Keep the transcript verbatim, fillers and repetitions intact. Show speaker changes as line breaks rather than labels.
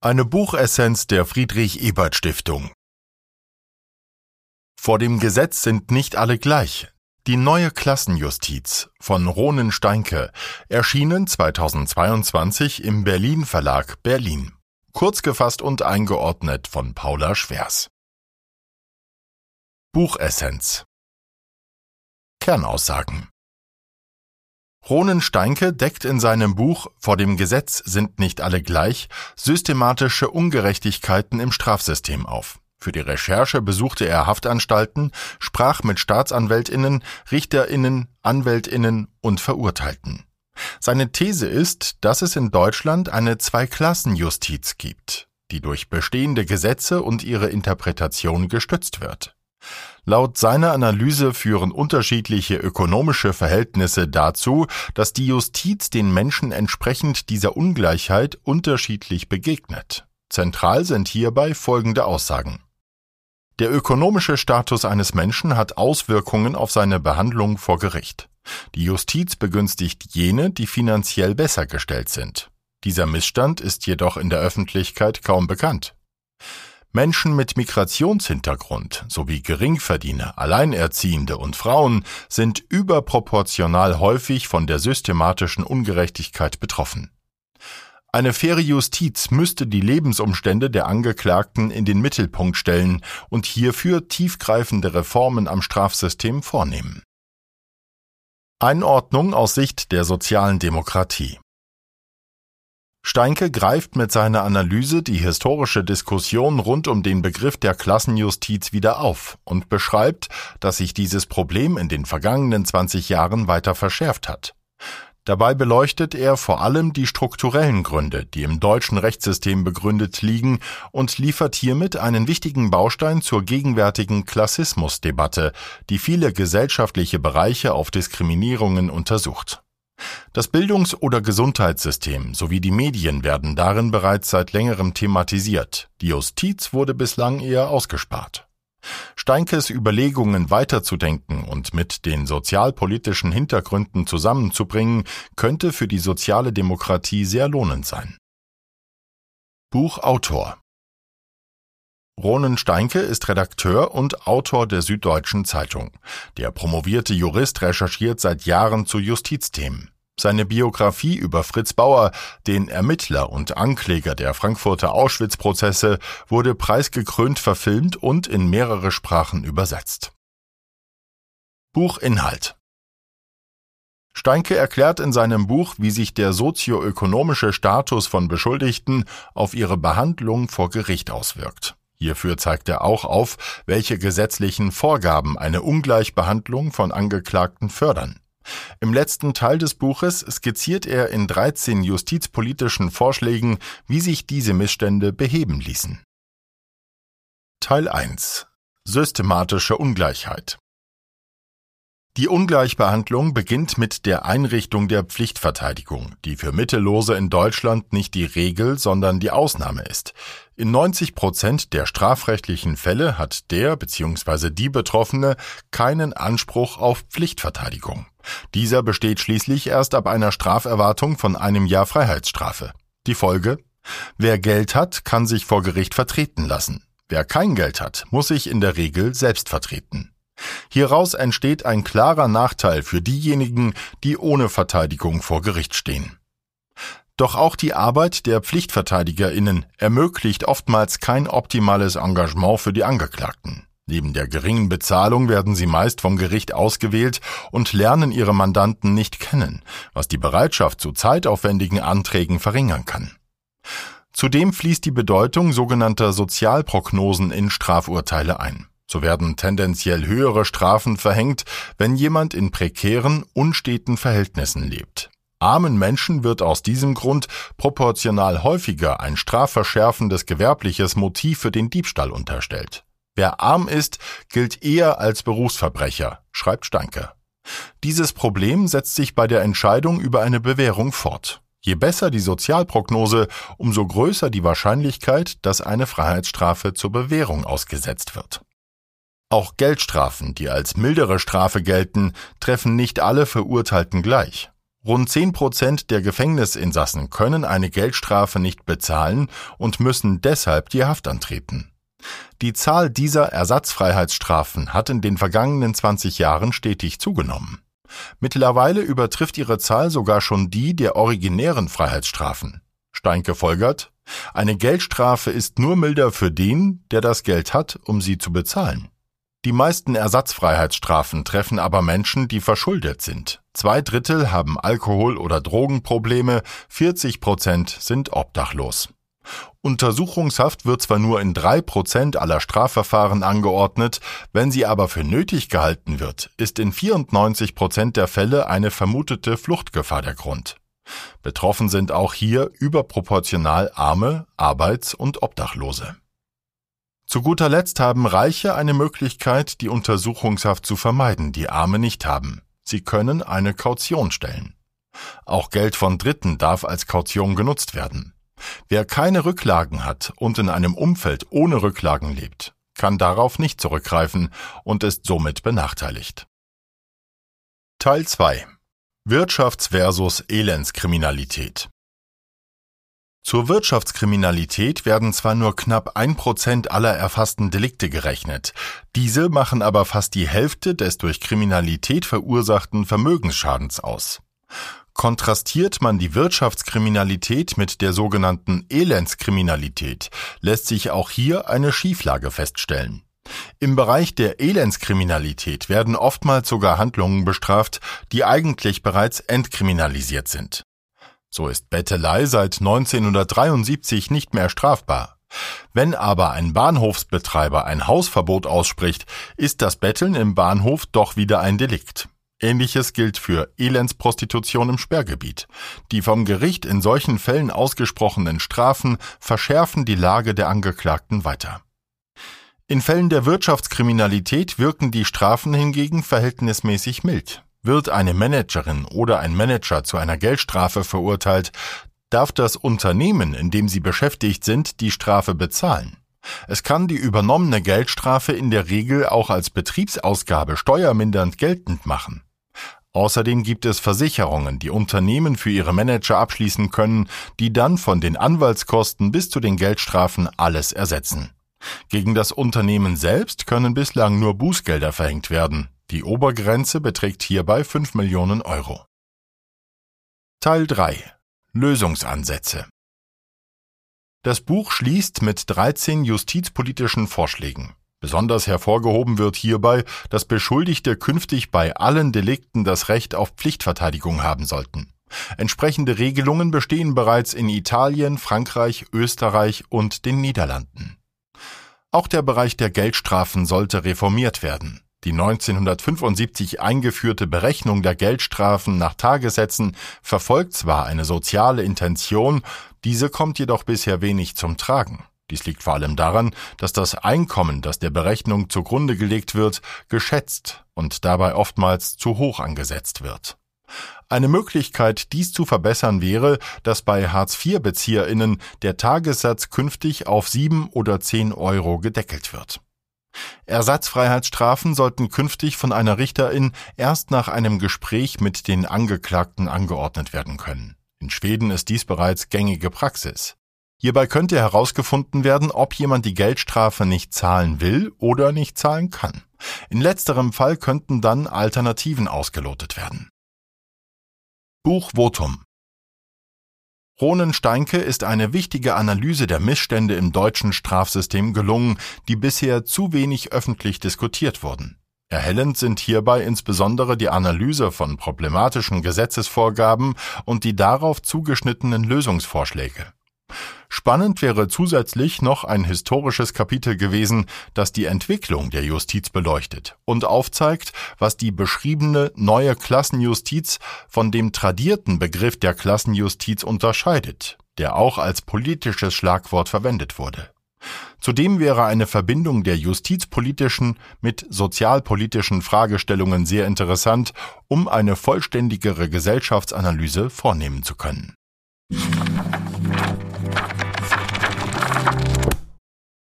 Eine Buchessenz der Friedrich-Ebert-Stiftung. Vor dem Gesetz sind nicht alle gleich. Die neue Klassenjustiz von Ronen Steinke, erschienen zweitausendzweiundzwanzig im Berlin Verlag Berlin. Kurz gefasst und eingeordnet von Paula Schwers. Buchessenz. Kernaussagen. Ronen Steinke deckt in seinem Buch »Vor dem Gesetz sind nicht alle gleich« systematische Ungerechtigkeiten im Strafsystem auf. Für die Recherche besuchte er Haftanstalten, sprach mit Staatsanwältinnen, Richterinnen, Anwältinnen und Verurteilten. Seine These ist, dass es in Deutschland eine Zweiklassenjustiz gibt, die durch bestehende Gesetze und ihre Interpretation gestützt wird. Laut seiner Analyse führen unterschiedliche ökonomische Verhältnisse dazu, dass die Justiz den Menschen entsprechend dieser Ungleichheit unterschiedlich begegnet. Zentral sind hierbei folgende Aussagen. Der ökonomische Status eines Menschen hat Auswirkungen auf seine Behandlung vor Gericht. Die Justiz begünstigt jene, die finanziell besser gestellt sind. Dieser Missstand ist jedoch in der Öffentlichkeit kaum bekannt. Menschen mit Migrationshintergrund sowie Geringverdiener, Alleinerziehende und Frauen sind überproportional häufig von der systematischen Ungerechtigkeit betroffen. Eine faire Justiz müsste die Lebensumstände der Angeklagten in den Mittelpunkt stellen und hierfür tiefgreifende Reformen am Strafsystem vornehmen. Einordnung aus Sicht der sozialen Demokratie. Steinke greift mit seiner Analyse die historische Diskussion rund um den Begriff der Klassenjustiz wieder auf und beschreibt, dass sich dieses Problem in den vergangenen zwanzig Jahren weiter verschärft hat. Dabei beleuchtet er vor allem die strukturellen Gründe, die im deutschen Rechtssystem begründet liegen, und liefert hiermit einen wichtigen Baustein zur gegenwärtigen Klassismusdebatte, die viele gesellschaftliche Bereiche auf Diskriminierungen untersucht. Das Bildungs- oder Gesundheitssystem sowie die Medien werden darin bereits seit längerem thematisiert. Die Justiz wurde bislang eher ausgespart. Steinkes Überlegungen weiterzudenken und mit den sozialpolitischen Hintergründen zusammenzubringen, könnte für die soziale Demokratie sehr lohnend sein. Buchautor. Ronen Steinke ist Redakteur und Autor der Süddeutschen Zeitung. Der promovierte Jurist recherchiert seit Jahren zu Justizthemen. Seine Biografie über Fritz Bauer, den Ermittler und Ankläger der Frankfurter Auschwitz-Prozesse, wurde preisgekrönt verfilmt und in mehrere Sprachen übersetzt. Buchinhalt. Steinke erklärt in seinem Buch, wie sich der sozioökonomische Status von Beschuldigten auf ihre Behandlung vor Gericht auswirkt. Hierfür zeigt er auch auf, welche gesetzlichen Vorgaben eine Ungleichbehandlung von Angeklagten fördern. Im letzten Teil des Buches skizziert er in dreizehn justizpolitischen Vorschlägen, wie sich diese Missstände beheben ließen. Teil eins. Systematische Ungleichheit. Die Ungleichbehandlung beginnt mit der Einrichtung der Pflichtverteidigung, die für Mittellose in Deutschland nicht die Regel, sondern die Ausnahme ist. In neunzig Prozent der strafrechtlichen Fälle hat der bzw. die Betroffene keinen Anspruch auf Pflichtverteidigung. Dieser besteht schließlich erst ab einer Straferwartung von einem Jahr Freiheitsstrafe. Die Folge? Wer Geld hat, kann sich vor Gericht vertreten lassen. Wer kein Geld hat, muss sich in der Regel selbst vertreten. Hieraus entsteht ein klarer Nachteil für diejenigen, die ohne Verteidigung vor Gericht stehen. Doch auch die Arbeit der PflichtverteidigerInnen ermöglicht oftmals kein optimales Engagement für die Angeklagten. Neben der geringen Bezahlung werden sie meist vom Gericht ausgewählt und lernen ihre Mandanten nicht kennen, was die Bereitschaft zu zeitaufwendigen Anträgen verringern kann. Zudem fließt die Bedeutung sogenannter Sozialprognosen in Strafurteile ein. So werden tendenziell höhere Strafen verhängt, wenn jemand in prekären, unsteten Verhältnissen lebt. Armen Menschen wird aus diesem Grund proportional häufiger ein strafverschärfendes gewerbliches Motiv für den Diebstahl unterstellt. Wer arm ist, gilt eher als Berufsverbrecher, schreibt Steinke. Dieses Problem setzt sich bei der Entscheidung über eine Bewährung fort. Je besser die Sozialprognose, umso größer die Wahrscheinlichkeit, dass eine Freiheitsstrafe zur Bewährung ausgesetzt wird. Auch Geldstrafen, die als mildere Strafe gelten, treffen nicht alle Verurteilten gleich. Rund zehn Prozent der Gefängnisinsassen können eine Geldstrafe nicht bezahlen und müssen deshalb die Haft antreten. Die Zahl dieser Ersatzfreiheitsstrafen hat in den vergangenen zwanzig Jahren stetig zugenommen. Mittlerweile übertrifft ihre Zahl sogar schon die der originären Freiheitsstrafen. Steinke folgert: Eine Geldstrafe ist nur milder für den, der das Geld hat, um sie zu bezahlen. Die meisten Ersatzfreiheitsstrafen treffen aber Menschen, die verschuldet sind. Zwei Drittel haben Alkohol- oder Drogenprobleme, vierzig Prozent sind obdachlos. Untersuchungshaft wird zwar nur in drei Prozent aller Strafverfahren angeordnet, wenn sie aber für nötig gehalten wird, ist in vierundneunzig Prozent der Fälle eine vermutete Fluchtgefahr der Grund. Betroffen sind auch hier überproportional Arme, Arbeits- und Obdachlose. Zu guter Letzt haben Reiche eine Möglichkeit, die Untersuchungshaft zu vermeiden, die Arme nicht haben. Sie können eine Kaution stellen. Auch Geld von Dritten darf als Kaution genutzt werden. Wer keine Rücklagen hat und in einem Umfeld ohne Rücklagen lebt, kann darauf nicht zurückgreifen und ist somit benachteiligt. Teil zwei: Wirtschafts- versus Elendskriminalität. Zur Wirtschaftskriminalität werden zwar nur knapp ein Prozent aller erfassten Delikte gerechnet, diese machen aber fast die Hälfte des durch Kriminalität verursachten Vermögensschadens aus. Kontrastiert man die Wirtschaftskriminalität mit der sogenannten Elendskriminalität, lässt sich auch hier eine Schieflage feststellen. Im Bereich der Elendskriminalität werden oftmals sogar Handlungen bestraft, die eigentlich bereits entkriminalisiert sind. So ist Bettelei seit neunzehnhundertdreiundsiebzig nicht mehr strafbar. Wenn aber ein Bahnhofsbetreiber ein Hausverbot ausspricht, ist das Betteln im Bahnhof doch wieder ein Delikt. Ähnliches gilt für Elendsprostitution im Sperrgebiet. Die vom Gericht in solchen Fällen ausgesprochenen Strafen verschärfen die Lage der Angeklagten weiter. In Fällen der Wirtschaftskriminalität wirken die Strafen hingegen verhältnismäßig mild. Wird eine Managerin oder ein Manager zu einer Geldstrafe verurteilt, darf das Unternehmen, in dem sie beschäftigt sind, die Strafe bezahlen. Es kann die übernommene Geldstrafe in der Regel auch als Betriebsausgabe steuermindernd geltend machen. Außerdem gibt es Versicherungen, die Unternehmen für ihre Manager abschließen können, die dann von den Anwaltskosten bis zu den Geldstrafen alles ersetzen. Gegen das Unternehmen selbst können bislang nur Bußgelder verhängt werden. Die Obergrenze beträgt hierbei fünf Millionen Euro. Teil drei: Lösungsansätze. Das Buch schließt mit dreizehn justizpolitischen Vorschlägen. Besonders hervorgehoben wird hierbei, dass Beschuldigte künftig bei allen Delikten das Recht auf Pflichtverteidigung haben sollten. Entsprechende Regelungen bestehen bereits in Italien, Frankreich, Österreich und den Niederlanden. Auch der Bereich der Geldstrafen sollte reformiert werden. Die neunzehnhundertfünfundsiebzig eingeführte Berechnung der Geldstrafen nach Tagessätzen verfolgt zwar eine soziale Intention, diese kommt jedoch bisher wenig zum Tragen. Dies liegt vor allem daran, dass das Einkommen, das der Berechnung zugrunde gelegt wird, geschätzt und dabei oftmals zu hoch angesetzt wird. Eine Möglichkeit, dies zu verbessern, wäre, dass bei Hartz-vier-BezieherInnen der Tagessatz künftig auf sieben oder zehn Euro gedeckelt wird. Ersatzfreiheitsstrafen sollten künftig von einer Richterin erst nach einem Gespräch mit den Angeklagten angeordnet werden können. In Schweden ist dies bereits gängige Praxis. Hierbei könnte herausgefunden werden, ob jemand die Geldstrafe nicht zahlen will oder nicht zahlen kann. In letzterem Fall könnten dann Alternativen ausgelotet werden. Buch Votum. Ronen Steinke ist eine wichtige Analyse der Missstände im deutschen Strafsystem gelungen, die bisher zu wenig öffentlich diskutiert wurden. Erhellend sind hierbei insbesondere die Analyse von problematischen Gesetzesvorgaben und die darauf zugeschnittenen Lösungsvorschläge. Spannend wäre zusätzlich noch ein historisches Kapitel gewesen, das die Entwicklung der Justiz beleuchtet und aufzeigt, was die beschriebene neue Klassenjustiz von dem tradierten Begriff der Klassenjustiz unterscheidet, der auch als politisches Schlagwort verwendet wurde. Zudem wäre eine Verbindung der justizpolitischen mit sozialpolitischen Fragestellungen sehr interessant, um eine vollständigere Gesellschaftsanalyse vornehmen zu können.